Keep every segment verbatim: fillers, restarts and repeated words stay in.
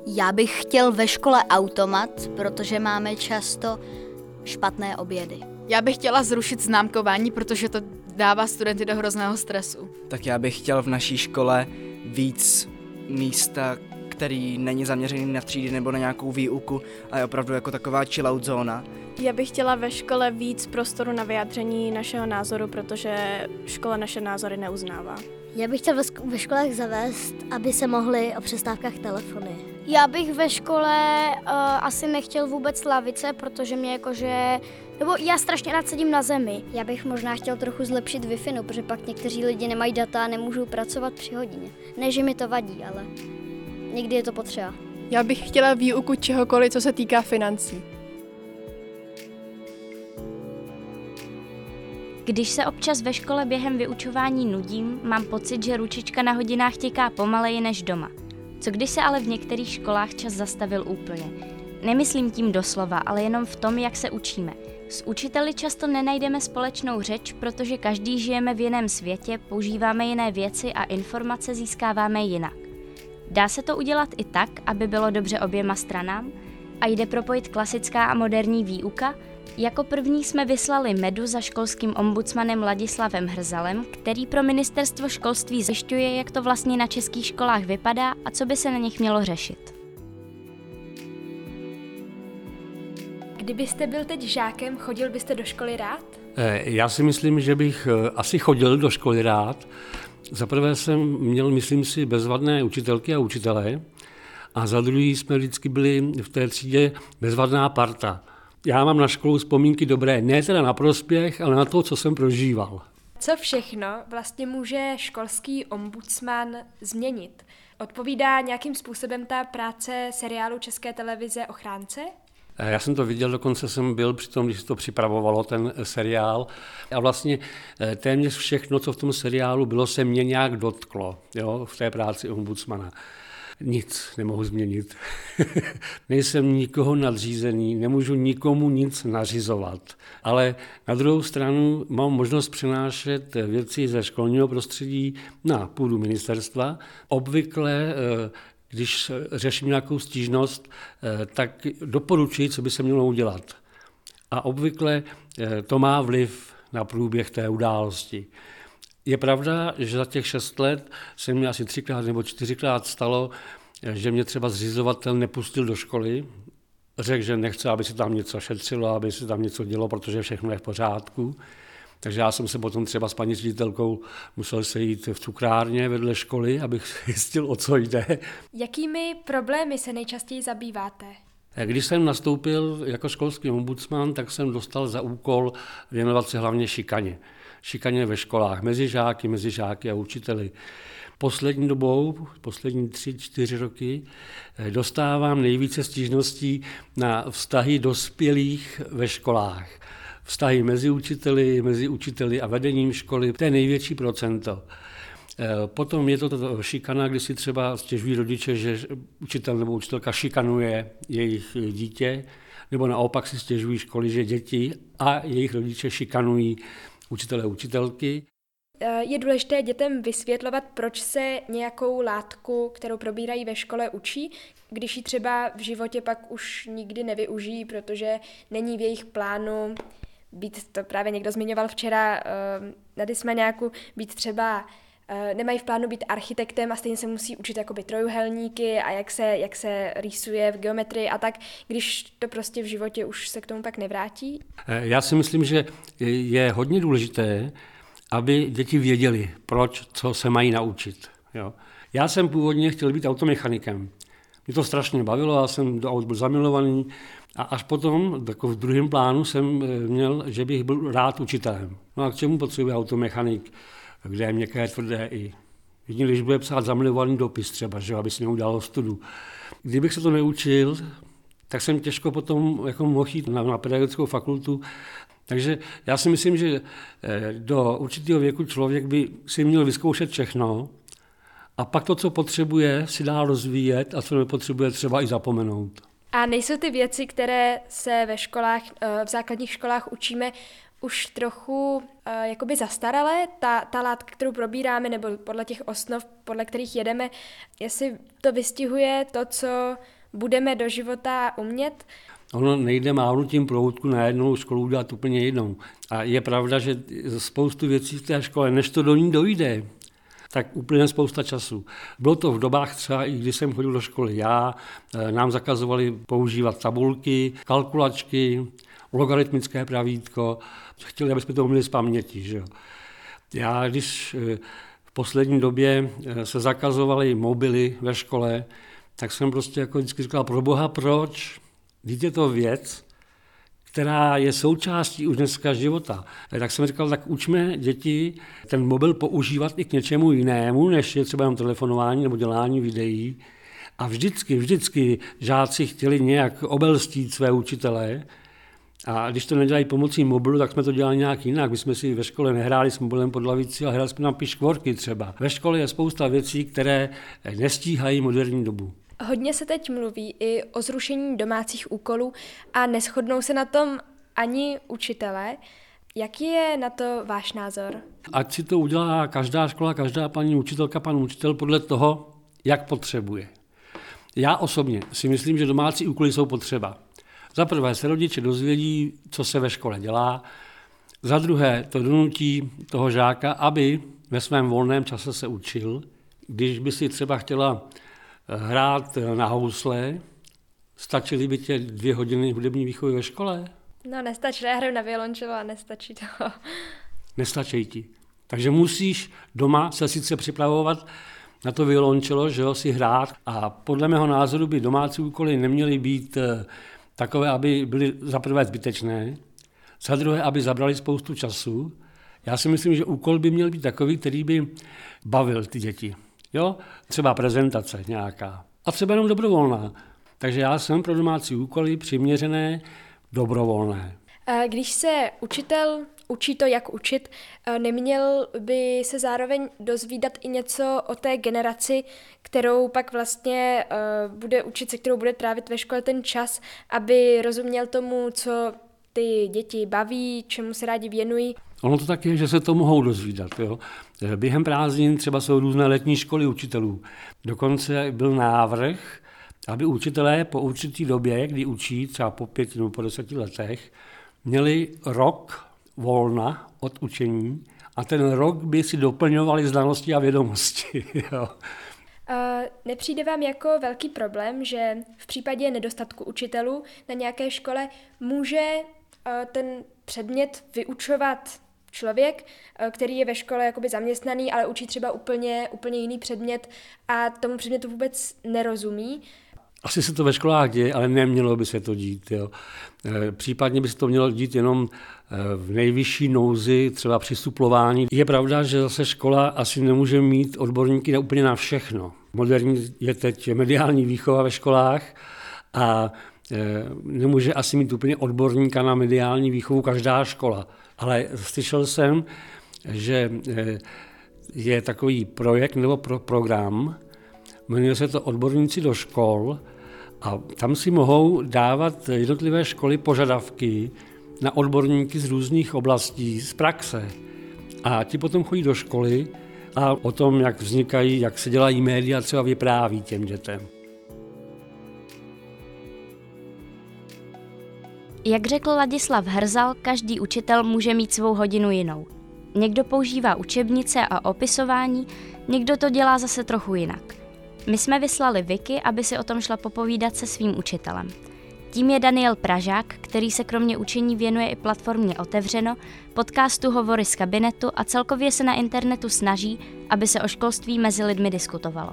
Já bych chtěl ve škole automat, protože máme často špatné obědy. Já bych chtěla zrušit známkování, protože to dává studenty do hrozného stresu. Tak já bych chtěl v naší škole víc místa, který není zaměřený na třídy nebo na nějakou výuku, ale je opravdu jako taková chillout zóna. Já bych chtěla ve škole víc prostoru na vyjádření našeho názoru, protože škola naše názory neuznává. Já bych chtěla ve školách zavést, aby se mohly o přestávkách telefony. Já bych ve škole uh, asi nechtěl vůbec lavice, protože mě jakože, nebo já strašně rád sedím na zemi. Já bych možná chtěl trochu zlepšit Wi-Fi, no, protože pak někteří lidi nemají data a nemůžou pracovat při hodině. Ne, že mi to vadí, ale někdy je to potřeba. Já bych chtěla výuku čehokoliv, co se týká financí. Když se občas ve škole během vyučování nudím, mám pocit, že ručička na hodinách tiká pomaleji než doma. Co když se ale v některých školách čas zastavil úplně? Nemyslím tím doslova, ale jenom v tom, jak se učíme. S učiteli často nenajdeme společnou řeč, protože každý žijeme v jiném světě, používáme jiné věci a informace získáváme jinak. Dá se to udělat i tak, aby bylo dobře oběma stranám? A jde propojit klasická a moderní výuka? Jako první jsme vyslali medu za školským ombudsmanem Ladislavem Hrzalem, který pro ministerstvo školství zjišťuje, jak to vlastně na českých školách vypadá a co by se na nich mělo řešit. Kdybyste byl teď žákem, chodil byste do školy rád? Já si myslím, že bych asi chodil do školy rád. Za prvé jsem měl, myslím si, bezvadné učitelky a učitelé a za druhý jsme vždycky byli v té třídě bezvadná parta. Já mám na školu vzpomínky dobré, ne teda na prospěch, ale na to, co jsem prožíval. Co všechno vlastně může školský ombudsman změnit? Odpovídá nějakým způsobem ta práce seriálu České televize Ochránce? Já jsem to viděl, dokonce jsem byl při tom, když se to připravovalo, ten seriál. A vlastně téměř všechno, co v tom seriálu bylo, se mě nějak dotklo, jo, v té práci ombudsmana. Nic nemohu změnit. Nejsem nikoho nadřízený, nemůžu nikomu nic nařizovat. Ale na druhou stranu mám možnost přenášet věci ze školního prostředí na půdu ministerstva. Obvykle, když řeším nějakou stížnost, tak doporučuji, co by se mělo udělat. A obvykle to má vliv na průběh té události. Je pravda, že za těch šest let se mi asi třikrát nebo čtyřikrát stalo, že mě třeba zřizovatel nepustil do školy. Řekl, že nechce, aby se tam něco šetřilo, aby se tam něco dělo, protože všechno je v pořádku. Takže já jsem se potom třeba s paní ředitelkou musel sejít v cukrárně vedle školy, abych zjistil, o co jde. Jakými problémy se nejčastěji zabýváte? Když jsem nastoupil jako školský ombudsman, tak jsem dostal za úkol věnovat se hlavně šikaně. Šikaně ve školách, mezi žáky, mezi žáky a učiteli. Poslední dobou, poslední tři, čtyři roky, dostávám nejvíce stížností na vztahy dospělých ve školách. Vztahy mezi učiteli, mezi učiteli a vedením školy, to je největší procento. Potom je to šikana, kdy si třeba stěžují rodiče, že učitel nebo učitelka šikanuje jejich dítě, nebo naopak si stěžují školy, že děti a jejich rodiče šikanují učitelé a učitelky. Je důležité dětem vysvětlovat, proč se nějakou látku, kterou probírají ve škole, učí, když ji třeba v životě pak už nikdy nevyužijí, protože není v jejich plánu být, to právě někdo zmiňoval včera na Dysmaniáku, být třeba, nemají v plánu být architektem a stejně se musí učit jakoby trojuhelníky a jak se, jak se rýsuje v geometrii a tak, když to prostě v životě už se k tomu pak nevrátí. Já si myslím, že je hodně důležité, aby děti věděli, proč, co se mají naučit. Jo. Já jsem původně chtěl být automechanikem. Mě to strašně bavilo, já jsem do aut byl zamilovaný a až potom, jako v druhém plánu, jsem měl, že bych byl rád učitelem. No a k čemu potřebuje automechanik, kde je měkké, tvrdé i. Jedině, když bude psát zamilovaný dopis třeba, že, aby si neudělal studu. Kdybych se to neučil, tak jsem těžko potom jako mohl jít na, na pedagogickou fakultu. Takže já si myslím, že do určitého věku člověk by si měl vyzkoušet všechno a pak to, co potřebuje, si dál rozvíjet a co nepotřebuje, třeba i zapomenout. A nejsou ty věci, které se ve školách, v základních školách učíme, už trochu jakoby zastaralé? Ta, ta látka, kterou probíráme, nebo podle těch osnov, podle kterých jedeme, jestli to vystihuje to, co budeme do života umět? Ono nejde mávnutím proutku na jednou školu udělat úplně jinou. A je pravda, že spoustu věcí v té škole, než to do ní dojde, tak úplně spousta času. Bylo to v dobách třeba, i když jsem chodil do školy já, nám zakazovali používat tabulky, kalkulačky, logaritmické pravítko, chtěli, aby jsme to uměli z paměti. Že jo. Já, když v poslední době se zakazovaly mobily ve škole, tak jsem prostě jako vždycky říkal, pro boha, proč? Víte, je to věc, která je součástí už dneska života. Tak jsem říkal, tak učme děti ten mobil používat i k něčemu jinému, než je třeba jenom telefonování nebo dělání videí. A vždycky, vždycky žáci chtěli nějak obelstít své učitele. A když to nedělají pomocí mobilu, tak jsme to dělali nějak jinak. My jsme si ve škole nehráli s mobilem pod lavici, ale hráli jsme na piškvorky třeba. Ve škole je spousta věcí, které nestíhají moderní dobu. Hodně se teď mluví i o zrušení domácích úkolů a neshodnou se na tom ani učitelé. Jaký je na to váš názor? Ať si to udělá každá škola, každá paní učitelka, pan učitel podle toho, jak potřebuje. Já osobně si myslím, že domácí úkoly jsou potřeba. Za prvé se rodiče dozvědí, co se ve škole dělá. Za druhé to donutí toho žáka, aby ve svém volném čase se učil. Když by si třeba chtěla hrát na housle, stačily by tě dvě hodiny hudební výchovy ve škole? No nestačí, já hraju na violončelo a nestačí to. Nestačí ti. Takže musíš doma se sice připravovat na to violončelo, že jo, si hrát. A podle mého názoru by domácí úkoly neměly být takové, aby byly za prvé zbytečné, za druhé, aby zabrali spoustu času. Já si myslím, že úkol by měl být takový, který by bavil ty děti. Jo? Třeba prezentace nějaká. A třeba jenom dobrovolná. Takže já jsem pro domácí úkoly přiměřené, dobrovolné. Když se učitel učí to, jak učit, neměl by se zároveň dozvídat i něco o té generaci, kterou pak vlastně bude učit, se kterou bude trávit ve škole ten čas, aby rozuměl tomu, co ty děti baví, čemu se rádi věnují. Ono to tak je, že se to mohou dozvídat. Jo? Během prázdnin třeba jsou různé letní školy učitelů. Dokonce byl návrh, aby učitelé po určitý době, kdy učí, třeba po pěti nebo po deseti letech, měli rok volna od učení a ten rok by si doplňovali znalosti a vědomosti. Jo. Uh, nepřijde vám jako velký problém, že v případě nedostatku učitelů na nějaké škole může uh, ten předmět vyučovat člověk, uh, který je ve škole jakoby zaměstnaný, ale učí třeba úplně, úplně jiný předmět a tomu předmětu vůbec nerozumí? Asi se to ve školách děje, ale nemělo by se to dít. Jo. Případně by se to mělo dít jenom v nejvyšší nouzi, třeba při suplování. Je pravda, že zase škola asi nemůže mít odborníky na úplně na všechno. Moderní je teď mediální výchova ve školách a nemůže asi mít úplně odborníka na mediální výchovu každá škola. Ale slyšel jsem, že je takový projekt nebo pro program, jmenuje se to Odborníci do škol a tam si mohou dávat jednotlivé školy požadavky na odborníky z různých oblastí, z praxe. A ti potom chodí do školy a o tom, jak vznikají, jak se dělají média, třeba vypráví těm dětem. Jak řekl Ladislav Hrzal, každý učitel může mít svou hodinu jinou. Někdo používá učebnice a opisování, někdo to dělá zase trochu jinak. My jsme vyslali Vicky, aby si o tom šla popovídat se svým učitelem. Tím je Daniel Pražák, který se kromě učení věnuje i platformě Otevřeno, podcastu Hovory z kabinetu a celkově se na internetu snaží, aby se o školství mezi lidmi diskutovalo.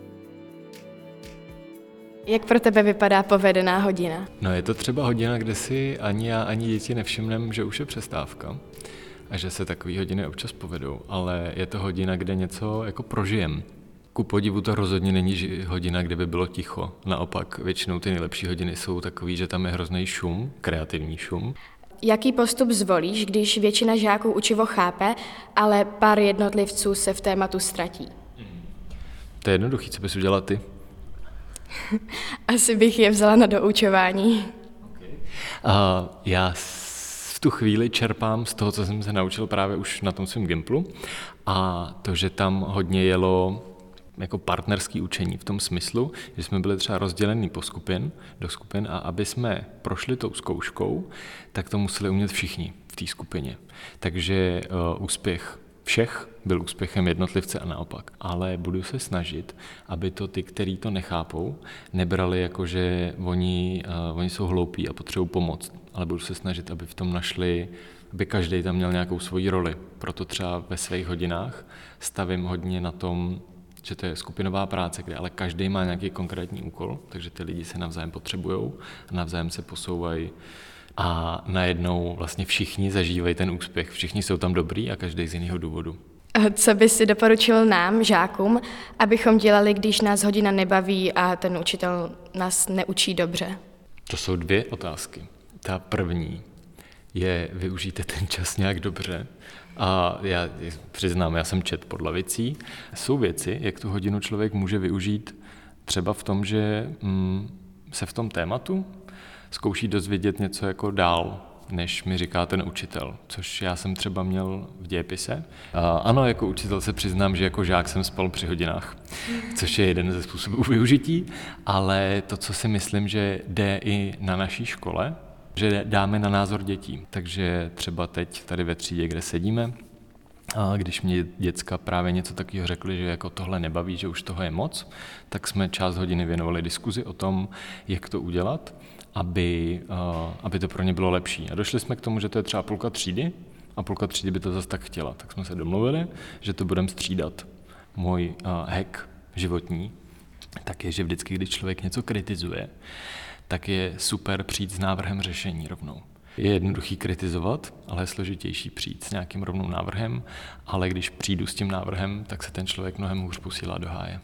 Jak pro tebe vypadá povedená hodina? No je to třeba hodina, kde si ani já, ani děti nevšimneme, že už je přestávka a že se takové hodiny občas povedou, ale je to hodina, kde něco jako prožijem. Ku podivu to rozhodně není hodina, kde by bylo ticho. Naopak většinou ty nejlepší hodiny jsou takový, že tam je hrozný šum, kreativní šum. Jaký postup zvolíš, když většina žáků učivo chápe, ale pár jednotlivců se v tématu ztratí? To je jednoduchý, co bys udělala ty? Asi bych je vzala na doučování. Okay. A já v tu chvíli čerpám z toho, co jsem se naučil právě už na tom svém Gimplu a to, že tam hodně jelo jako partnerský učení v tom smyslu, že jsme byli třeba rozdělení po skupin, do skupin a aby jsme prošli tou zkouškou, tak to museli umět všichni v té skupině. Takže uh, úspěch všech byl úspěchem jednotlivce a naopak. Ale budu se snažit, aby to ty, kteří to nechápou, nebrali jako, že oni, uh, oni jsou hloupí a potřebují pomoct. Ale budu se snažit, aby v tom našli, aby každý tam měl nějakou svoji roli. Proto třeba ve svých hodinách stavím hodně na tom, že to je skupinová práce, kde ale každý má nějaký konkrétní úkol, takže ty lidi se navzájem potřebujou a navzájem se posouvají a najednou vlastně všichni zažívají ten úspěch, všichni jsou tam dobrý a každý z jiného důvodu. Co by si doporučil nám, žákům, abychom dělali, když nás hodina nebaví a ten učitel nás neučí dobře? To jsou dvě otázky. Ta první je, využijte ten čas nějak dobře. A já přiznám, já jsem čet pod lavicí. Jsou věci, jak tu hodinu člověk může využít třeba v tom, že mm, se v tom tématu zkouší dozvědět něco jako dál, než mi říká ten učitel, což já jsem třeba měl v dějepise. A ano, jako učitel se přiznám, že jako žák jsem spal při hodinách, což je jeden ze způsobů využití, ale to, co si myslím, že jde i na naší škole, že dáme na názor dětí. Takže třeba teď tady ve třídě, kde sedíme, a když mě děcka právě něco takového řekli, že jako tohle nebaví, že už toho je moc, tak jsme část hodiny věnovali diskuzi o tom, jak to udělat, aby, aby to pro ně bylo lepší. A došli jsme k tomu, že to je třeba půlka třídy a půlka třídy by to zase tak chtěla. Tak jsme se domluvili, že to budeme střídat. Můj hack životní tak je, že vždycky, když člověk něco kritizuje, tak je super přijít s návrhem řešení rovnou. Je jednoduchý kritizovat, ale je složitější přijít s nějakým rovnou návrhem, ale když přijdu s tím návrhem, tak se ten člověk mnohem hůř posílá do háje.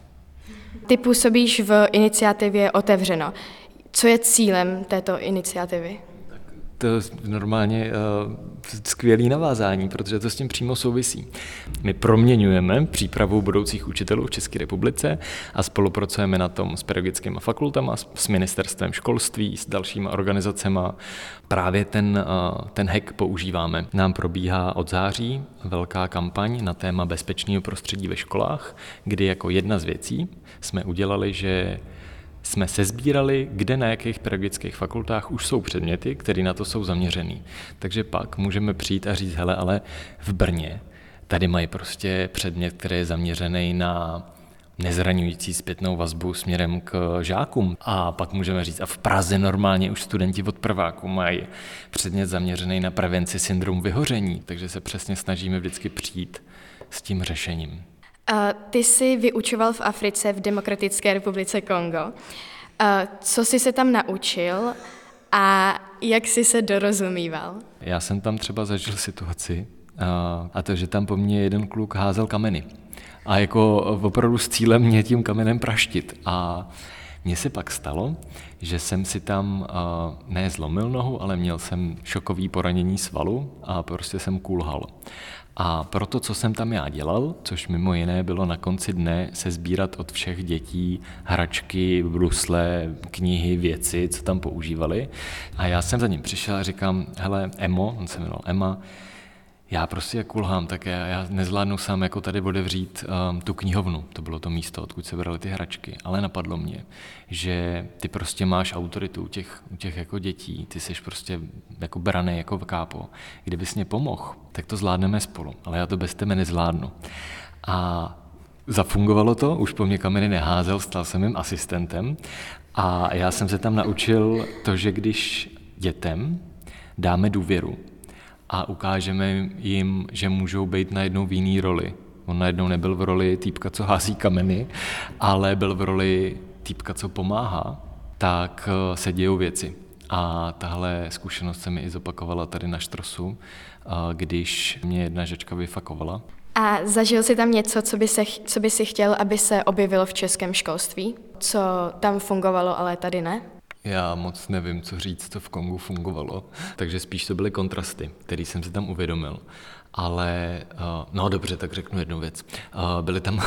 Ty působíš v iniciativě Otevřeno. Co je cílem této iniciativy? To je normálně uh, skvělý navázání, protože to s tím přímo souvisí. My proměňujeme přípravu budoucích učitelů v České republice a spolupracujeme na tom s pedagogickými fakultama, s ministerstvem školství, s dalšíma organizacemi. Právě ten, uh, ten hack používáme. Nám probíhá od září velká kampaň na téma bezpečného prostředí ve školách, kdy jako jedna z věcí jsme udělali, že jsme sesbírali, kde na jakých pedagogických fakultách už jsou předměty, které na to jsou zaměřený. Takže pak můžeme přijít a říct, hele, ale v Brně tady mají prostě předmět, který je zaměřený na nezraňující zpětnou vazbu směrem k žákům. A pak můžeme říct, a v Praze normálně už studenti od prváku mají předmět zaměřený na prevenci syndromu vyhoření, takže se přesně snažíme vždycky přijít s tím řešením. Ty jsi vyučoval v Africe, v Demokratické republice Kongo. Co jsi se tam naučil a jak jsi se dorozumíval? Já jsem tam třeba zažil situaci, a to, že tam po mně jeden kluk házel kameny. A jako opravdu s cílem mě tím kamenem praštit. A mně se pak stalo, že jsem si tam ne zlomil nohu, ale měl jsem šokový poranění svalu a prostě jsem kulhal. A proto, co jsem tam já dělal, což mimo jiné bylo na konci dne se sbírat od všech dětí hračky, brusle, knihy, věci, co tam používali. A já jsem za ním přišel a říkám, hele, Emo, on se jmenoval Emma, já prostě jak kulhám, tak já, já nezvládnu sám jako tady odevřít um, tu knihovnu. To bylo to místo, odkud se braly ty hračky. Ale napadlo mě, že ty prostě máš autoritu u těch, u těch jako dětí, ty jsi prostě jako braný jako kápo. Kdybys mě pomohl, tak to zvládneme spolu, ale já to bez tebe nezvládnu. A zafungovalo to, už po mě kameny neházel, stal jsem jim asistentem a já jsem se tam naučil to, že když dětem dáme důvěru, a ukážeme jim, že můžou být najednou v jiný roli. On najednou nebyl v roli týpka, co hází kameny, ale byl v roli týpka, co pomáhá, tak se dějou věci. A tahle zkušenost se mi i zopakovala tady na Štrosu, když mě jedna žečka vyfakovala. A zažil jsi tam něco, co by, se, co by si chtěl, aby se objevilo v českém školství? Co tam fungovalo, ale tady ne? Já moc nevím, co říct, co v Kongu fungovalo, takže spíš to byly kontrasty, který jsem si tam uvědomil. Ale, no dobře, tak řeknu jednu věc. Byly tam,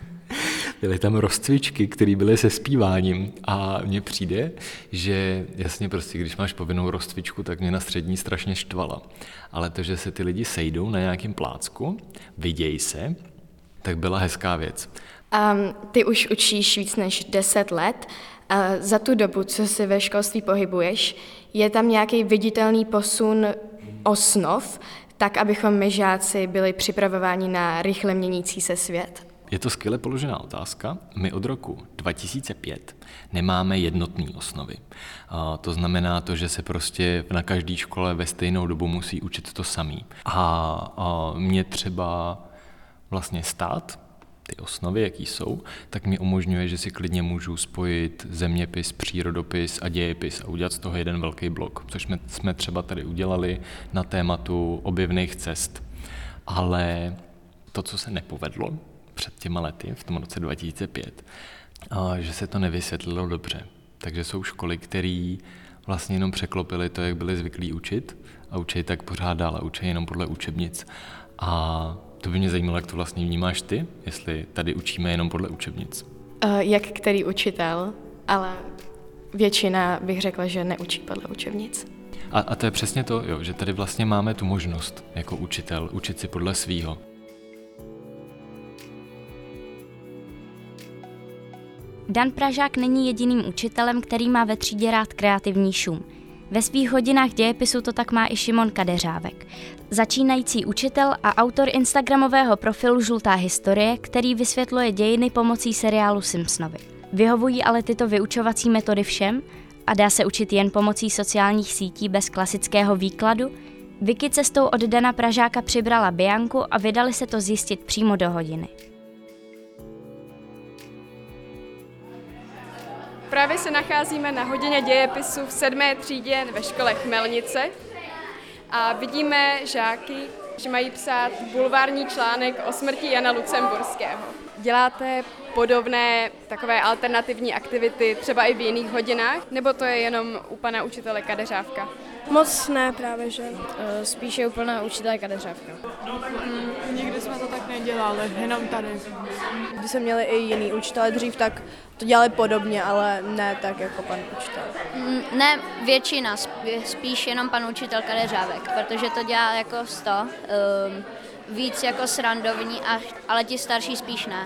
byly tam rozcvičky, které byly se zpíváním a mně přijde, že jasně prostě, když máš povinnou rozcvičku, tak mě na střední strašně štvala. Ale to, že se ty lidi sejdou na nějakém plácku, vidějí se tak byla hezká věc. Um, ty už učíš víc než deset let. Uh, za tu dobu, co se ve školství pohybuješ, je tam nějaký viditelný posun osnov, tak abychom my žáci byli připravováni na rychle měnící se svět? Je to skvěle položená otázka. My od roku dva tisíce pět nemáme jednotné osnovy. A to znamená to, že se prostě na každé škole ve stejnou dobu musí učit to samý. A, a mě třeba vlastně stát, ty osnovy, jaký jsou, tak mi umožňuje, že si klidně můžu spojit zeměpis, přírodopis a dějepis a udělat z toho jeden velký blok, což jsme, jsme třeba tady udělali na tématu objevných cest. Ale to, co se nepovedlo před těma lety, v tom roce dva tisíce pět, že se to nevysvětlilo dobře. Takže jsou školy, které vlastně jenom překlopily to, jak byli zvyklí učit a učí tak pořád dál a učí jenom podle učebnic. A to by mě zajímalo, jak to vlastně vnímáš ty, jestli tady učíme jenom podle učebnic. Uh, jak který učitel, ale většina bych řekla, že neučí podle učebnic. A, a to je přesně to, jo, že tady vlastně máme tu možnost jako učitel učit si podle svýho. Dan Pražák není jediným učitelem, který má ve třídě rád kreativní šum. Ve svých hodinách dějepisu to tak má i Šimon Kadeřávek. Začínající učitel a autor instagramového profilu Žlutá historie, který vysvětluje dějiny pomocí seriálu Simpsonovi. Vyhovují ale tyto vyučovací metody všem a dá se učit jen pomocí sociálních sítí bez klasického výkladu? Vicky cestou od Dana Pražáka přibrala Bianku a vydali se to zjistit přímo do hodiny. Právě se nacházíme na hodině dějepisu v sedmé třídě ve škole Chmelnice a vidíme žáky, že mají psát bulvární článek o smrti Jana Lucemburského. Děláte podobné takové alternativní aktivity třeba i v jiných hodinách, nebo to je jenom u pana učitele Kadeřávka? Moc ne právě, že. Spíše u pana učitele Kadeřávka. Hmm, nikdy jsme to tak nedělali, jenom tady. Když jsme měli i jiný učitele dřív, tak to dělali podobně, ale ne tak jako pan učitel. Ne, většina, spíš jenom pan učitel Kadeřávek, protože to dělá jako sto, um, víc jako srandovní, a, ale ti starší spíš ne.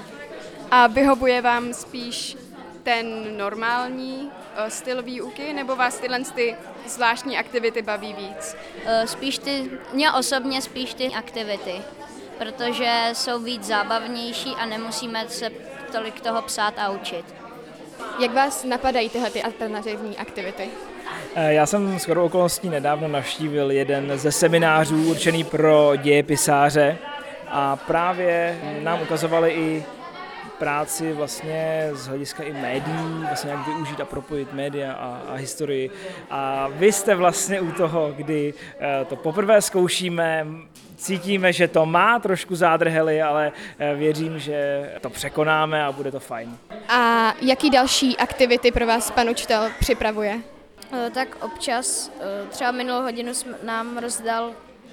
A vyhovuje vám spíš ten normální uh, styl výuky, nebo vás tyhle ty zvláštní aktivity baví víc? Uh, spíš ty, mě osobně spíš ty aktivity, protože jsou víc zábavnější a nemusíme se tolik toho psát a učit. Jak vás napadají tyhle ty alternativní aktivity? Já jsem shodou okolností nedávno navštívil jeden ze seminářů určený pro dějepisáře a právě nám ukazovali i práci vlastně z hlediska i médií, vlastně jak využít a propojit média a, a historii. A vy jste vlastně u toho, kdy to poprvé zkoušíme, cítíme, že to má trošku zádrhely, ale věřím, že to překonáme a bude to fajn. A jaký další aktivity pro vás pan učitel připravuje? Tak občas, třeba minulou hodinu nám rozdal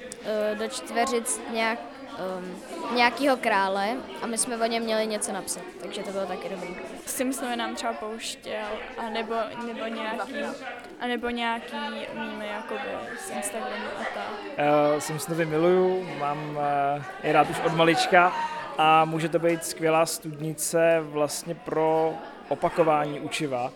do čtveřic nějak, nějakýho krále a my jsme o něm měli něco napsat, takže to bylo taky dobrý. Simpsonovi nám třeba pouštěl, anebo, nebo nějaký, anebo nějaký mýmy jakoby z Instagramu a tak. Uh, Simpsonovi miluju, mám uh, je rád už od malička a může to být skvělá studnice vlastně pro opakování učiva.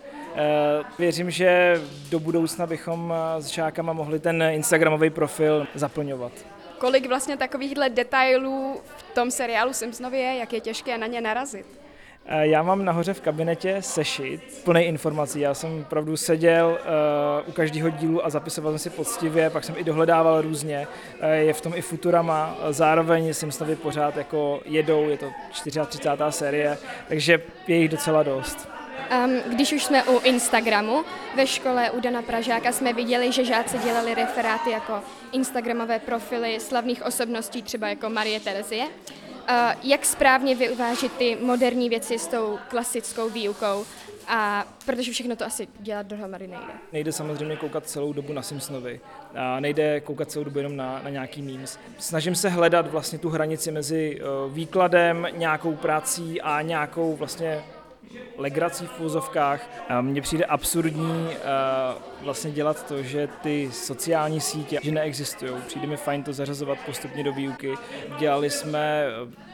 Věřím, že do budoucna bychom s žákama mohli ten instagramový profil zaplňovat. Kolik vlastně takovýchhle detailů v tom seriálu Simpsonovi je, jak je těžké na ně narazit? Já mám nahoře v kabinetě sešit plný informací. Já jsem opravdu seděl uh, u každého dílu a zapisoval jsem si poctivě, pak jsem i dohledával různě. Uh, je v tom i Futurama, zároveň Simpsonovi pořád jako jedou, je to třicátá čtvrtá série, takže je jich docela dost. Um, když už jsme u Instagramu, ve škole u Dana Pražáka jsme viděli, že žáci dělali referáty jako instagramové profily slavných osobností, třeba jako Marie Terezie. Uh, jak správně vyvážit ty moderní věci s tou klasickou výukou, a protože všechno to asi dělat dohromady nejde. Nejde samozřejmě koukat celou dobu na Simpsonovi a nejde koukat celou dobu jenom na, na nějaký memes. Snažím se hledat vlastně tu hranici mezi uh, výkladem, nějakou prací a nějakou vlastně legrací v úzovkách. Mně přijde absurdní vlastně dělat to, že ty sociální sítě že neexistují. Přijde mi fajn to zařazovat postupně do výuky. Dělali jsme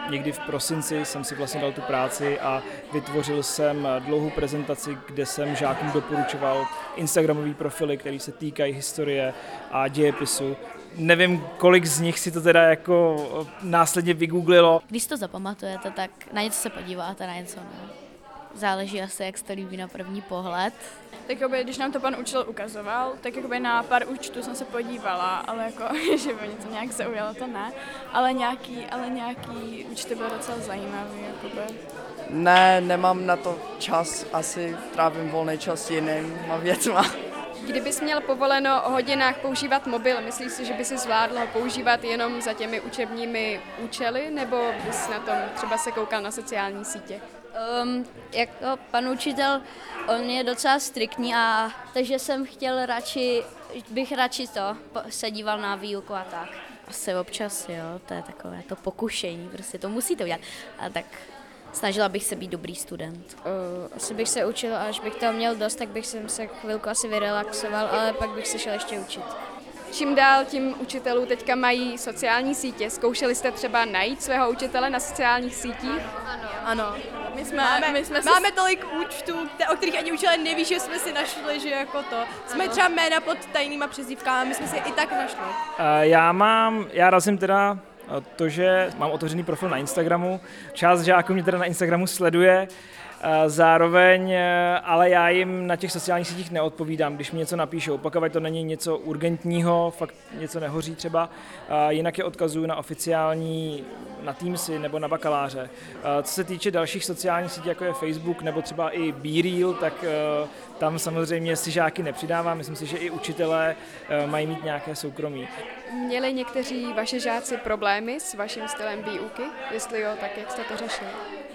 někdy v prosinci jsem si vlastně dal tu práci a vytvořil jsem dlouhou prezentaci, kde jsem žákům doporučoval instagramové profily, které se týkají historie a dějepisu. Nevím, kolik z nich si to teda jako následně vygooglilo. Když to zapamatujete, tak na něco se podíváte, na něco ne. Záleží asi, jak se to líbí na první pohled. Tak jakoby, když nám to pan učitel ukazoval, tak jakoby na pár účtů jsem se podívala, ale jako, že by mě to nějak zaujalo, to ne. Ale nějaký, ale nějaký účty byly docela zajímavý, jakoby. Ne, nemám na to čas, asi trávím volný čas jinýma věcma. Kdybys měl povoleno o hodinách používat mobil, myslíš si, že by si zvládl ho používat jenom za těmi učebními účely, nebo bys na tom třeba se koukal na sociální sítě? Um, jako pan učitel, on je docela striktní, a takže jsem chtěl radši, bych radši to se díval na výuku a tak. Asi občas, jo, to je takové to pokušení, prostě to musíte udělat. A tak snažila bych se být dobrý student. Uh, asi bych se učil, a až bych toho měl dost, tak bych se chvilku asi vyrelaxoval, ale pak bych se šel ještě učit. Čím dál tím učitelů teďka mají sociální sítě. Zkoušeli jste třeba najít svého učitele na sociálních sítích? Ano. Ano. My jsme, máme, my jsme máme tolik účtů, o kterých ani učitelé neví, že jsme si našli, že jako to. Jsme ano. třeba jména pod tajnýma přezdívkami, my jsme si i tak našli. Uh, já mám, já razím teda to, že mám otevřený profil na Instagramu. Část žáků mě teda na Instagramu sleduje, zároveň, ale já jim na těch sociálních sítích neodpovídám, když mi něco napíšou. Pokud to není něco urgentního, fakt něco nehoří třeba, jinak je odkazuju na oficiální, na Teamsy nebo na bakaláře. Co se týče dalších sociálních sítí, jako je Facebook nebo třeba i BeReal, tak tam samozřejmě si žáky nepřidávám. Myslím si, že i učitelé mají mít nějaké soukromí. Měli někteří vaši žáci problémy s vaším stylem výuky? Jestli jo, tak jak jste to řešili?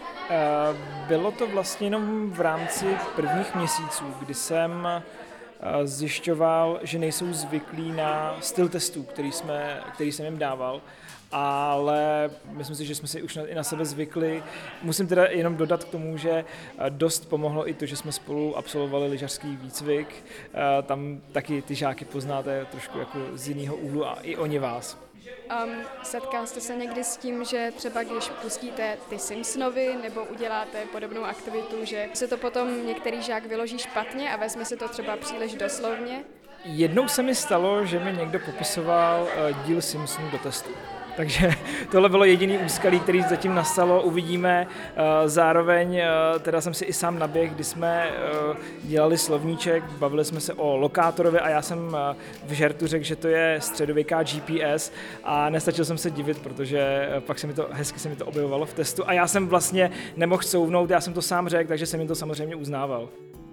Bylo to vlastně jenom v rámci prvních měsíců, kdy jsem zjišťoval, že nejsou zvyklí na styl testů, který, jsme, který jsem jim dával, ale myslím si, že jsme si už na, i na sebe zvykli. Musím teda jenom dodat k tomu, že dost pomohlo i to, že jsme spolu absolvovali lyžařský výcvik. Tam taky ty žáky poznáte trošku jako z jiného úhlu a i oni vás. Um, setkal jste se někdy s tím, že třeba když pustíte ty Simpsonovi nebo uděláte podobnou aktivitu, že se to potom některý žák vyloží špatně a vezme si to třeba příliš doslovně? Jednou se mi stalo, že mi někdo popisoval uh, díl Simpsonů do testu. Takže tohle bylo jediný úskalí, který zatím nastalo, uvidíme. Zároveň teda jsem si i sám naběh, kdy jsme dělali slovníček, bavili jsme se o lokátorovi a já jsem v žertu řekl, že to je středověká G P S a nestačil jsem se divit, protože pak se mi to, hezky se mi to objevovalo v testu a já jsem vlastně nemohl couvnout, já jsem to sám řekl, takže jsem jim to samozřejmě uznával.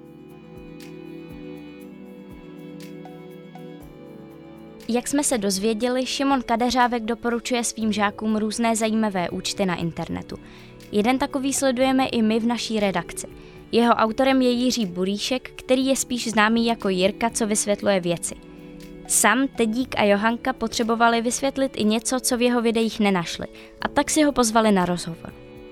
Jak jsme se dozvěděli, Šimon Kadeřávek doporučuje svým žákům různé zajímavé účty na internetu. Jeden takový sledujeme i my v naší redakci. Jeho autorem je Jiří Buríšek, který je spíš známý jako Jirka, co vysvětluje věci. Sam, Tedík a Johanka potřebovali vysvětlit i něco, co v jeho videích nenašli, a tak si ho pozvali na rozhovor.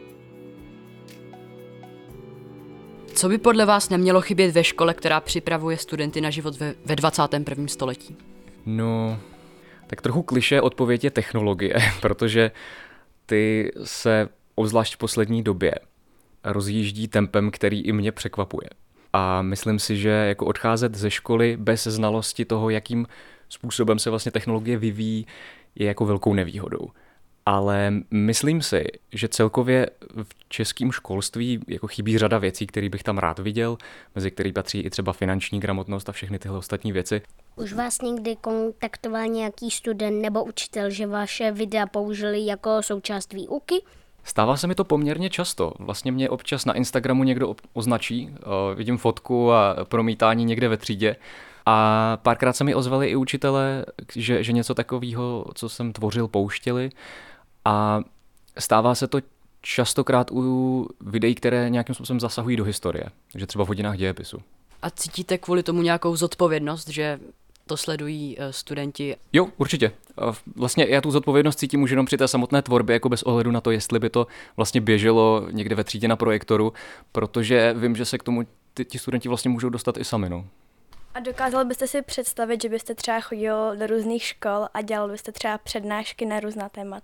Co by podle vás nemělo chybět ve škole, která připravuje studenty na život ve, ve dvacátém prvním století? No, tak trochu klišé odpověď je technologie, protože ty se obzvlášť v poslední době rozjíždí tempem, který i mě překvapuje. A myslím si, že jako odcházet ze školy bez znalosti toho, jakým způsobem se vlastně technologie vyvíjí, je jako velkou nevýhodou. Ale myslím si, že celkově v českém školství jako chybí řada věcí, které bych tam rád viděl, mezi které patří i třeba finanční gramotnost a všechny tyhle ostatní věci. Už vás někdy kontaktoval nějaký student nebo učitel, že vaše videa použili jako součást výuky? Stává se mi to poměrně často. Vlastně mě občas na Instagramu někdo označí, vidím fotku a promítání někde ve třídě. A párkrát se mi ozvali i učitelé, že, že něco takového, co jsem tvořil, pouštěli. A stává se to častokrát u videí, které nějakým způsobem zasahují do historie, že třeba v hodinách dějepisu. A cítíte kvůli tomu nějakou zodpovědnost, že to sledují studenti? Jo, určitě. Vlastně já tu zodpovědnost cítím už jenom při té samotné tvorbě, jako bez ohledu na to, jestli by to vlastně běželo někde ve třídě na projektoru, protože vím, že se k tomu ty, ti studenti vlastně můžou dostat i sami. No. A dokázal byste si představit, že byste třeba chodil do různých škol a dělal byste třeba přednášky na různá témata?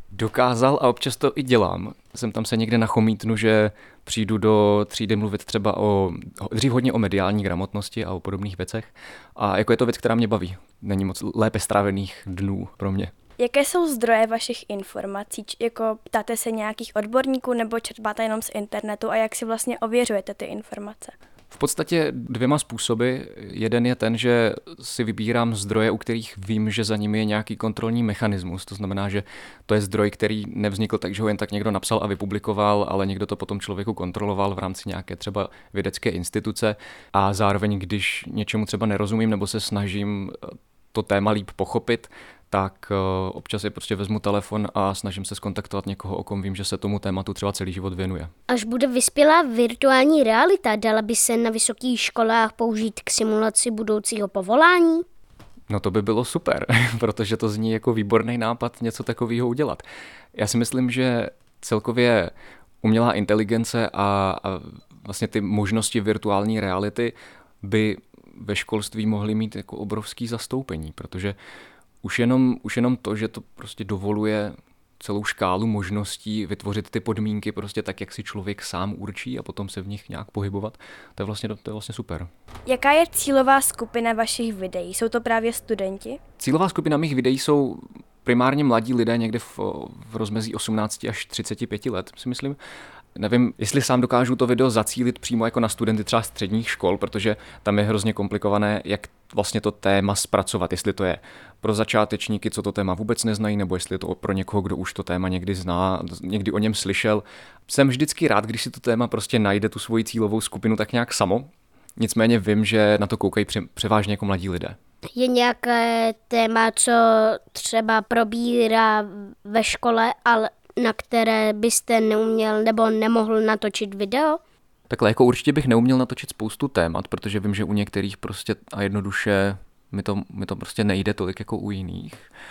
dokázal a občas to i dělám. Jsem tam se někde nachomítnu, že přijdu do třídy mluvit třeba o, dřív hodně o mediální gramotnosti a o podobných věcech. A jako je to věc, která mě baví. Není moc lépe strávených dnů pro mě. Jaké jsou zdroje vašich informací? Jako ptáte se nějakých odborníků nebo čerpáte jenom z internetu a jak si vlastně ověřujete ty informace? V podstatě dvěma způsoby. Jeden je ten, že si vybírám zdroje, u kterých vím, že za nimi je nějaký kontrolní mechanismus. To znamená, že to je zdroj, který nevznikl tak, že ho jen tak někdo napsal a vypublikoval, ale někdo to potom člověku kontroloval v rámci nějaké třeba vědecké instituce. A zároveň, když něčemu třeba nerozumím nebo se snažím to téma líp pochopit, tak občas je prostě vezmu telefon a snažím se zkontaktovat někoho, o kom vím, že se tomu tématu třeba celý život věnuje. Až bude vyspělá virtuální realita, dala by se na vysokých školách použít k simulaci budoucího povolání? No to by bylo super, protože to zní jako výborný nápad něco takového udělat. Já si myslím, že celkově umělá inteligence a, a vlastně ty možnosti virtuální reality by ve školství mohly mít jako obrovský zastoupení, protože Už jenom, už jenom to, že to prostě dovoluje celou škálu možností vytvořit ty podmínky prostě tak, jak si člověk sám určí a potom se v nich nějak pohybovat, to je vlastně, to je vlastně super. Jaká je cílová skupina vašich videí? Jsou to právě studenti? Cílová skupina mých videí jsou primárně mladí lidé někde v, v rozmezí osmnáct až třicet pět let, si myslím. Nevím, jestli sám dokážu to video zacílit přímo jako na studenty třeba středních škol, protože tam je hrozně komplikované, jak vlastně to téma zpracovat. Jestli to je pro začátečníky, co to téma vůbec neznají, nebo jestli je to pro někoho, kdo už to téma někdy zná, někdy o něm slyšel. Jsem vždycky rád, když si to téma prostě najde tu svoji cílovou skupinu tak nějak samo. Nicméně vím, že na to koukají převážně jako mladí lidé. Je nějaké téma, co třeba probírá ve škole, ale na které byste neuměl nebo nemohl natočit video? Takhle jako určitě bych neuměl natočit spoustu témat, protože vím, že u některých prostě a jednoduše mi to, mi to prostě nejde tolik jako u jiných.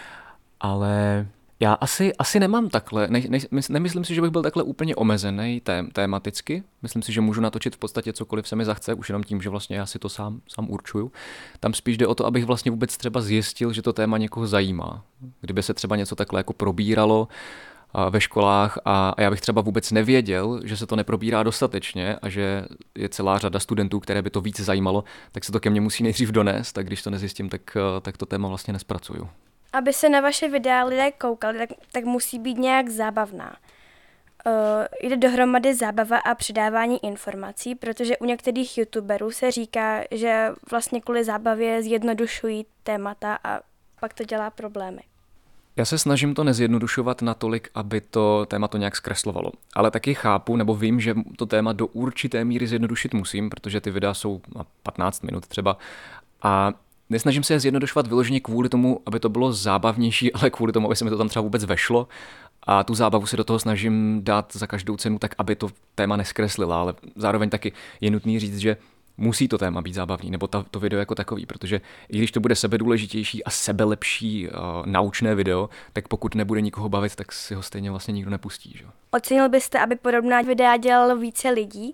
Ale já asi, asi nemám takhle, ne, ne, nemyslím si, že bych byl takhle úplně omezený tém, tématicky. Myslím si, že můžu natočit v podstatě cokoliv se mi zachce, už jenom tím, že vlastně já si to sám, sám určuju. Tam spíš jde o to, abych vlastně vůbec třeba zjistil, že to téma někoho zajímá. Kdyby se třeba něco takhle jako probíralo ve školách a já bych třeba vůbec nevěděl, že se to neprobírá dostatečně a že je celá řada studentů, které by to víc zajímalo, tak se to ke mně musí nejdřív donést a když to nezjistím, tak, tak to téma vlastně nespracuju. Aby se na vaše videa lidé koukali, tak, tak musí být nějak zábavná. Uh, jde dohromady zábava a předávání informací, protože u některých youtuberů se říká, že vlastně kvůli zábavě zjednodušují témata a pak to dělá problémy. Já se snažím to nezjednodušovat natolik, aby to téma to nějak zkreslovalo. Ale taky chápu, nebo vím, že to téma do určité míry zjednodušit musím, protože ty videa jsou na patnáct minut třeba. A nesnažím se je zjednodušovat vyloženě kvůli tomu, aby to bylo zábavnější, ale kvůli tomu, aby se mi to tam třeba vůbec vešlo. A tu zábavu si do toho snažím dát za každou cenu tak, aby to téma neskreslila. Ale zároveň taky je nutný říct, že musí to téma být zábavný, nebo ta, to video jako takový, protože i když to bude sebedůležitější a sebelepší uh, naučné video, tak pokud nebude nikoho bavit, tak si ho stejně vlastně nikdo nepustí. Že? Ocenil byste, aby podobná videa dělalo více lidí,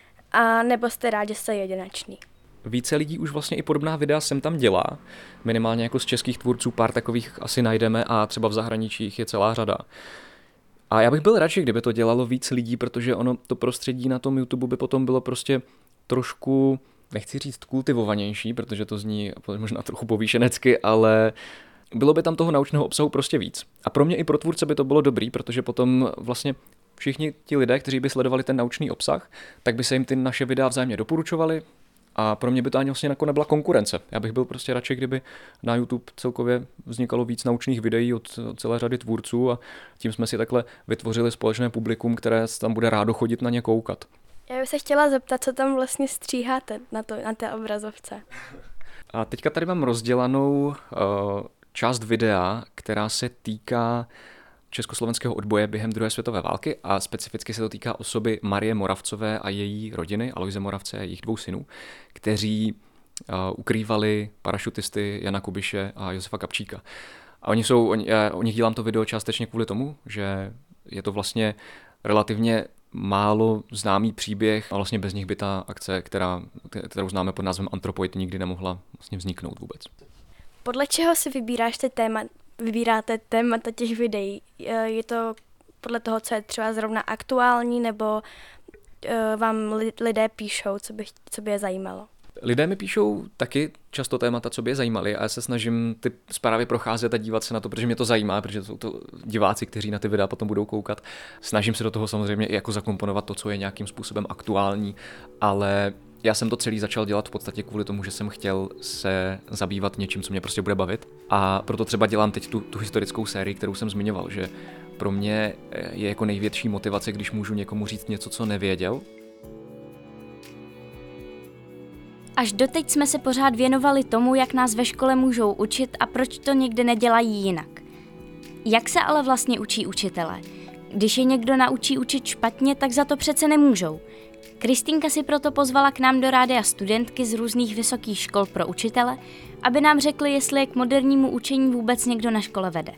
a nebo jste rád, že jste jedinečný? Více lidí už vlastně i podobná videa sem tam dělá. Minimálně jako z českých tvůrců pár takových asi najdeme a třeba v zahraničí jich je celá řada. A já bych byl radši, kdyby to dělalo víc lidí, protože ono to prostředí na tom YouTube by potom bylo prostě trošku, nechci říct kultivovanější, protože to zní možná trochu povýšenecky, ale bylo by tam toho naučného obsahu prostě víc. A pro mě i pro tvůrce by to bylo dobrý, protože potom vlastně všichni ti lidé, kteří by sledovali ten naučný obsah, tak by se jim ty naše videa vzájemně doporučovali a pro mě by to ani vlastně jako nebyla konkurence. Já bych byl prostě radši, kdyby na YouTube celkově vznikalo víc naučných videí od celé řady tvůrců a tím jsme si takhle vytvořili společné publikum, které tam bude rádo chodit na ně koukat. Já bych se chtěla zeptat, co tam vlastně stříháte na, to, na té obrazovce. A teďka tady mám rozdělanou uh, část videa, která se týká československého odboje během druhé světové války a specificky se to týká osoby Marie Moravcové a její rodiny, Aloise Moravce a jejich dvou synů, kteří uh, ukrývali parašutisty Jana Kubiše a Josefa Kapčíka. A oni jsou, oni, já o nich dělám to video částečně kvůli tomu, že je to vlastně relativně málo známý příběh a vlastně bez nich by ta akce, která, kterou známe pod názvem Antropoid, nikdy nemohla vlastně vzniknout vůbec. Podle čeho si vybíráš ty téma, vybíráte témata těch videí? Je to podle toho, co je třeba zrovna aktuální, nebo vám lidé píšou, co by, co by je zajímalo? Lidé mi píšou taky často témata, co by je zajímaly, a já se snažím ty zprávy procházet a dívat se na to, protože mě to zajímá, protože jsou to diváci, kteří na ty videa potom budou koukat. Snažím se do toho samozřejmě i jako zakomponovat to, co je nějakým způsobem aktuální, ale já jsem to celý začal dělat v podstatě kvůli tomu, že jsem chtěl se zabývat něčím, co mě prostě bude bavit, a proto třeba dělám teď tu, tu historickou sérii, kterou jsem zmiňoval, že pro mě je jako největší motivace, když můžu někomu říct něco, co nevěděl. Až doteď jsme se pořád věnovali tomu, jak nás ve škole můžou učit a proč to někde nedělají jinak. Jak se ale vlastně učí učitelé? Když je někdo naučí učit špatně, tak za to přece nemůžou. Kristýnka si proto pozvala k nám do rádia studentky z různých vysokých škol pro učitele, aby nám řekli, jestli je k modernímu učení vůbec někdo na škole vede.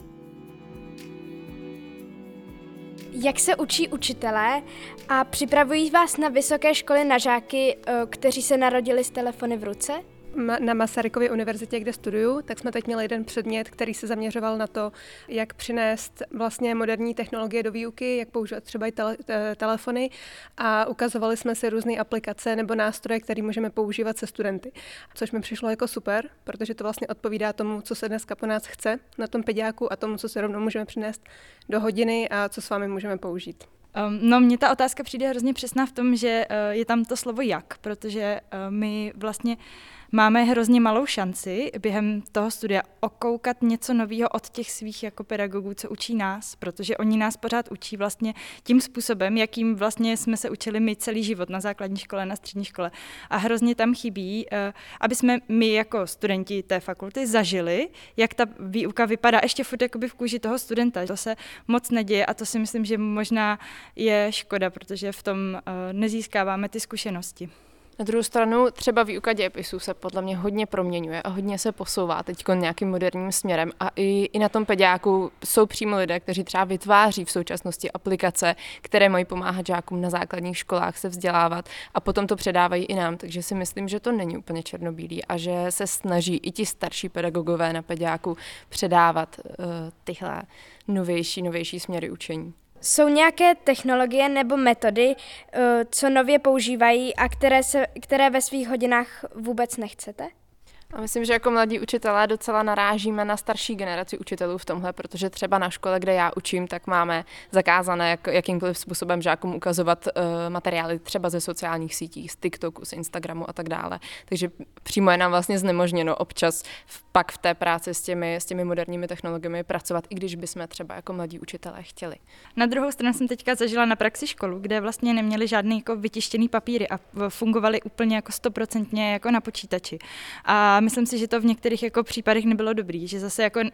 Jak se učí učitelé a připravují vás na vysoké školy na žáky, kteří se narodili s telefony v ruce? Na Masarykově univerzitě, kde studuju, tak jsme teď měli jeden předmět, který se zaměřoval na to, jak přinést vlastně moderní technologie do výuky, jak používat třeba i tele, telefony, a ukazovali jsme si různé aplikace nebo nástroje, které můžeme používat se studenty. Což mi přišlo jako super, protože to vlastně odpovídá tomu, co se dneska po nás chce na tom pediáku a tomu, co se rovnou můžeme přinést do hodiny a co s vámi můžeme použít. Um, no, mně ta otázka přijde hrozně přesná v tom, že uh, je tam to slovo jak, protože uh, my vlastně máme hrozně malou šanci během toho studia okoukat něco nového od těch svých jako pedagogů, co učí nás, protože oni nás pořád učí vlastně tím způsobem, jakým vlastně jsme se učili my celý život na základní škole, na střední škole. A hrozně tam chybí, aby jsme my jako studenti té fakulty zažili, jak ta výuka vypadá ještě furt jakoby v kůži toho studenta. To se moc neděje a to si myslím, že možná je škoda, protože v tom nezískáváme ty zkušenosti. Na druhou stranu třeba výuka dějepisů se podle mě hodně proměňuje a hodně se posouvá teď nějakým moderním směrem a i, i na tom pediáku jsou přímo lidé, kteří třeba vytváří v současnosti aplikace, které mají pomáhat žákům na základních školách se vzdělávat a potom to předávají i nám, takže si myslím, že to není úplně černobílý a že se snaží i ti starší pedagogové na pediáku předávat uh, tyhle novější, novější směry učení. Jsou nějaké technologie nebo metody, co nově používají a které, se, které ve svých hodinách vůbec nechcete? A myslím, že jako mladí učitelé docela narážíme na starší generaci učitelů v tomhle, protože třeba na škole, kde já učím, tak máme zakázané jak, jakýmkoliv způsobem žákům ukazovat uh, materiály třeba ze sociálních sítí, z TikToku, z Instagramu a tak dále. Takže přímo je nám vlastně znemožněno občas v, pak v té práci s těmi, s těmi moderními technologiemi pracovat, i když bychom třeba jako mladí učitelé chtěli. Na druhou stranu jsem teďka zažila na praxi školu, kde vlastně neměli žádný jako vytištěný papíry a fungovali úplně jako stoprocentně jako na počítači. A myslím si, že to v některých jako případech nebylo dobrý, že zase jako uh,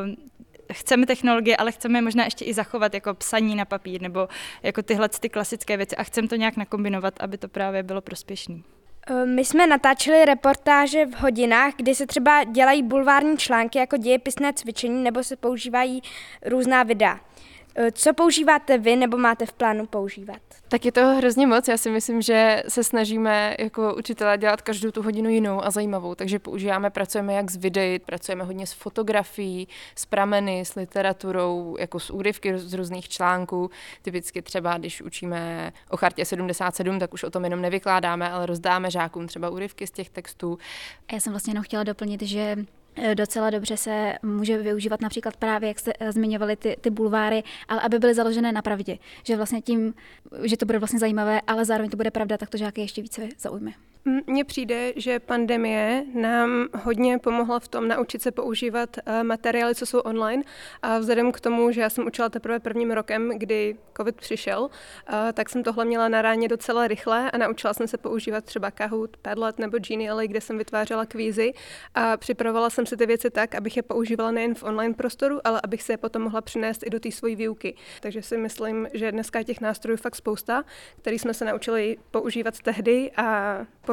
chceme technologie, ale chceme možná ještě i zachovat jako psaní na papír nebo jako tyhle ty klasické věci a chceme to nějak nakombinovat, aby to právě bylo prospěšný. My jsme natáčeli reportáže v hodinách, kdy se třeba dělají bulvární články jako dějepisné cvičení nebo se používají různá videa. Co používáte vy nebo máte v plánu používat? Tak je toho hrozně moc. Já si myslím, že se snažíme jako učitelé dělat každou tu hodinu jinou a zajímavou, takže používáme, pracujeme jak s videí, pracujeme hodně s fotografií, s prameny, s literaturou, jako s úryvky z různých článků. Typicky třeba, když učíme o chartě sedmdesát sedm, tak už o tom jenom nevykládáme, ale rozdáme žákům třeba úryvky z těch textů. Já jsem vlastně jenom chtěla doplnit, že docela dobře se může využívat například právě, jak jste zmiňovali, ty, ty bulváry, ale aby byly založené na pravdě. Že vlastně tím, že to bude vlastně zajímavé, ale zároveň to bude pravda, tak to žáky ještě více zaujme. Mně přijde, že pandemie nám hodně pomohla v tom naučit se používat materiály, co jsou online. A vzhledem k tomu, že já jsem učila teprve prvním rokem, kdy covid přišel, tak jsem tohle měla na ráně docela rychle a naučila jsem se používat třeba Kahoot, Padlet nebo Genially, kde jsem vytvářela kvízy a připravovala jsem si ty věci tak, abych je používala nejen v online prostoru, ale abych se je potom mohla přinést i do té svojí výuky. Takže si myslím, že dneska je těch nástrojů fakt spousta, který jsme se naučili používat tehdy a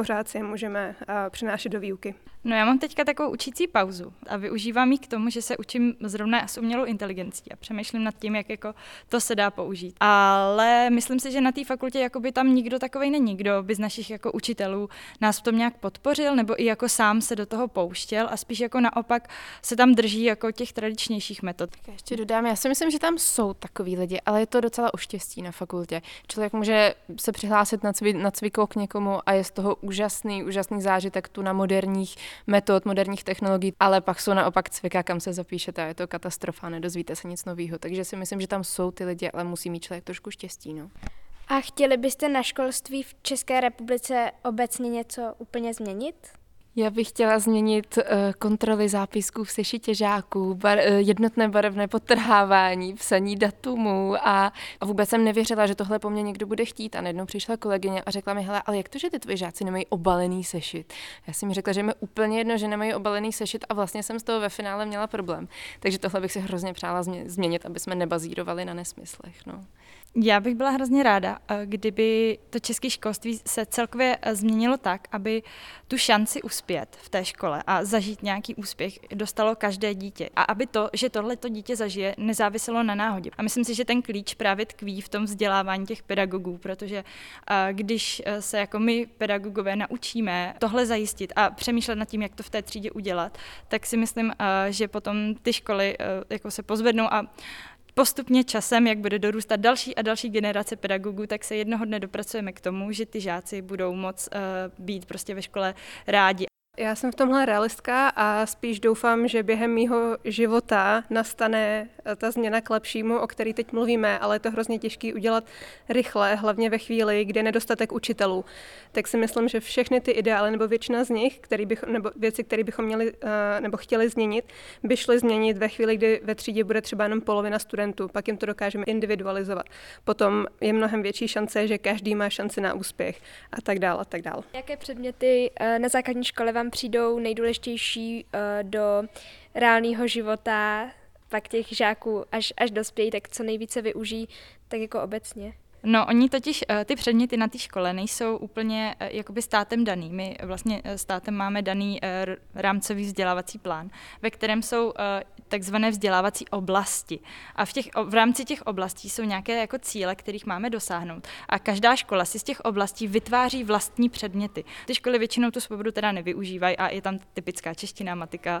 pořád si je můžeme uh, přinášet do výuky. No já mám teďka takovou učící pauzu a využívám ji k tomu, že se učím zrovna s umělou inteligencí a přemýšlím nad tím, jak jako to se dá použít. Ale myslím si, že na té fakultě jakoby tam nikdo takovej není, kdo by z našich jako učitelů nás v tom nějak podpořil nebo i jako sám se do toho pouštěl a spíš jako naopak se tam drží jako těch tradičnějších metod. Tak ještě dodám, já si myslím, že tam jsou takový lidi, ale je to docela o štěstí na fakultě. Člověk může se přihlásit na, cvi, na cviku k někomu a je z toho úžasný, úžasný zážitek tu na moderních metod, moderních technologií, ale pak jsou naopak cvika, kam se zapíšete a je to katastrofa, nedozvíte se nic nového. Takže si myslím, že tam jsou ty lidi, ale musí mít člověk trošku štěstí. No. A chtěli byste na školství v České republice obecně něco úplně změnit? Já bych chtěla změnit uh, kontroly zápisků v sešitě žáků, bar, uh, jednotné barevné podtrhávání, psaní datumů a, a vůbec jsem nevěřila, že tohle po mně někdo bude chtít a najednou přišla kolegyně a řekla mi, hele, ale jak to, že ty tvoji žáci nemají obalený sešit? Já jsem mi řekla, že mi úplně jedno, že nemají obalený sešit a vlastně jsem z toho ve finále měla problém. Takže tohle bych si hrozně přála změnit, aby jsme nebazírovali na nesmyslech. No. Já bych byla hrozně ráda, kdyby to české školství se celkově změnilo tak, aby tu šanci uspět v té škole a zažít nějaký úspěch dostalo každé dítě. A aby to, že tohleto dítě zažije, nezáviselo na náhodě. A myslím si, že ten klíč právě tkví v tom vzdělávání těch pedagogů, protože když se jako my pedagogové naučíme tohle zajistit a přemýšlet nad tím, jak to v té třídě udělat, tak si myslím, že potom ty školy jako se pozvednou a postupně časem, jak bude dorůstat další a další generace pedagogů, tak se jednoho dne dopracujeme k tomu, že ty žáci budou moc uh, být prostě ve škole rádi. Já jsem v tomhle realistka a spíš doufám, že během mýho života nastane ta změna k lepšímu, o který teď mluvíme, ale je to hrozně těžké udělat rychle, hlavně ve chvíli, kdy je nedostatek učitelů. Tak si myslím, že všechny ty ideály nebo většina z nich, který bych, nebo věci, které bychom měli nebo chtěli změnit, by šly změnit ve chvíli, kdy ve třídě bude třeba jenom polovina studentů, pak jim to dokážeme individualizovat. Potom je mnohem větší šance, že každý má šanci na úspěch a tak dále a tak dále. Jaké předměty na základní škole vám přijdou nejdůležitější do reálného života, pak těch žáků až, až dospějí, tak co nejvíce využijí, tak jako obecně? No, oni totiž, ty předměty na té škole nejsou úplně jakoby státem daný. My vlastně státem máme daný rámcový vzdělávací plán, ve kterém jsou takzvané vzdělávací oblasti. A v, těch, v rámci těch oblastí jsou nějaké jako cíle, kterých máme dosáhnout. A každá škola si z těch oblastí vytváří vlastní předměty. Ty školy většinou tu svobodu teda nevyužívají a je tam typická čeština, matika.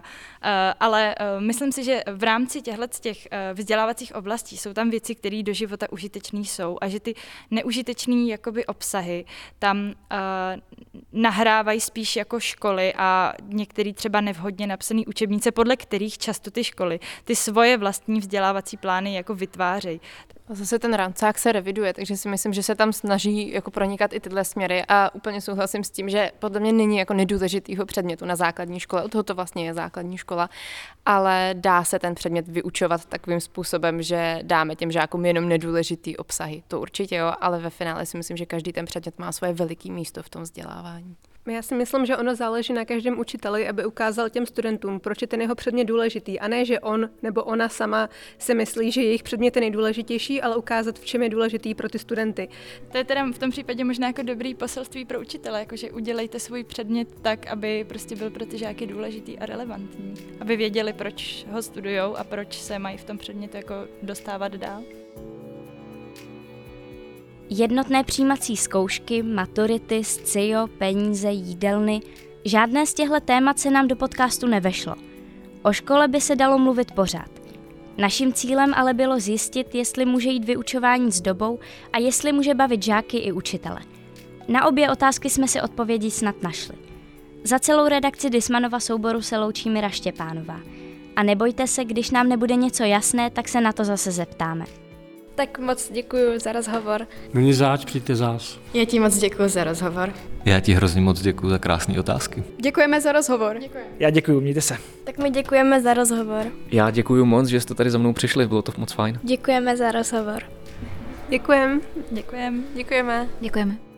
Ale myslím si, že v rámci těchto těch vzdělávacích oblastí jsou tam věci, které do života užitečné jsou a že ty neužitečný jakoby obsahy tam uh, nahrávají spíš jako školy a některé třeba nevhodně napsané učebnice, podle kterých často ty školy ty svoje vlastní vzdělávací plány jako vytvářejí. A zase ten rámcák se reviduje, takže si myslím, že se tam snaží jako pronikat i tyhle směry a úplně souhlasím s tím, že podle mě není jako nedůležitýho předmětu na základní škole, od toho to vlastně je základní škola, ale dá se ten předmět vyučovat takovým způsobem, že dáme těm žákům jenom nedůležitý obsahy. To určitě jo, ale ve finále si myslím, že každý ten předmět má svoje veliké místo v tom vzdělávání. Já si myslím, že ono záleží na každém učiteli, aby ukázal těm studentům, proč je ten jeho předmět důležitý. A ne, že on nebo ona sama si myslí, že jejich předmět je nejdůležitější, ale ukázat, v čem je důležitý pro ty studenty. To je teda v tom případě možná jako dobrý poselství pro učitele, jakože udělejte svůj předmět tak, aby prostě byl pro ty žáky důležitý a relevantní. Aby věděli, proč ho studujou a proč se mají v tom předmětu jako dostávat dál. Jednotné přijímací zkoušky, maturity, scio, peníze, jídelny. Žádné z těchto témat se nám do podcastu nevešlo. O škole by se dalo mluvit pořád. Naším cílem ale bylo zjistit, jestli může jít vyučování s dobou a jestli může bavit žáky i učitele. Na obě otázky jsme si odpovědi snad našli. Za celou redakci Dismanova souboru se loučí Mira Štěpánová. A nebojte se, když nám nebude něco jasné, tak se na to zase zeptáme. Tak moc děkuji za rozhovor. Není záč, přijďte zás. Já ti moc děkuji za rozhovor. Já ti hrozně moc děkuji za krásné otázky. Děkujeme za rozhovor. Děkuji. Já děkuji, mějte se. Tak my děkujeme za rozhovor. Já děkuji moc, že jste tady za mnou přišli, bylo to moc fajn. Děkujeme za rozhovor. Děkujem. Děkujem. Děkujeme. Děkujeme.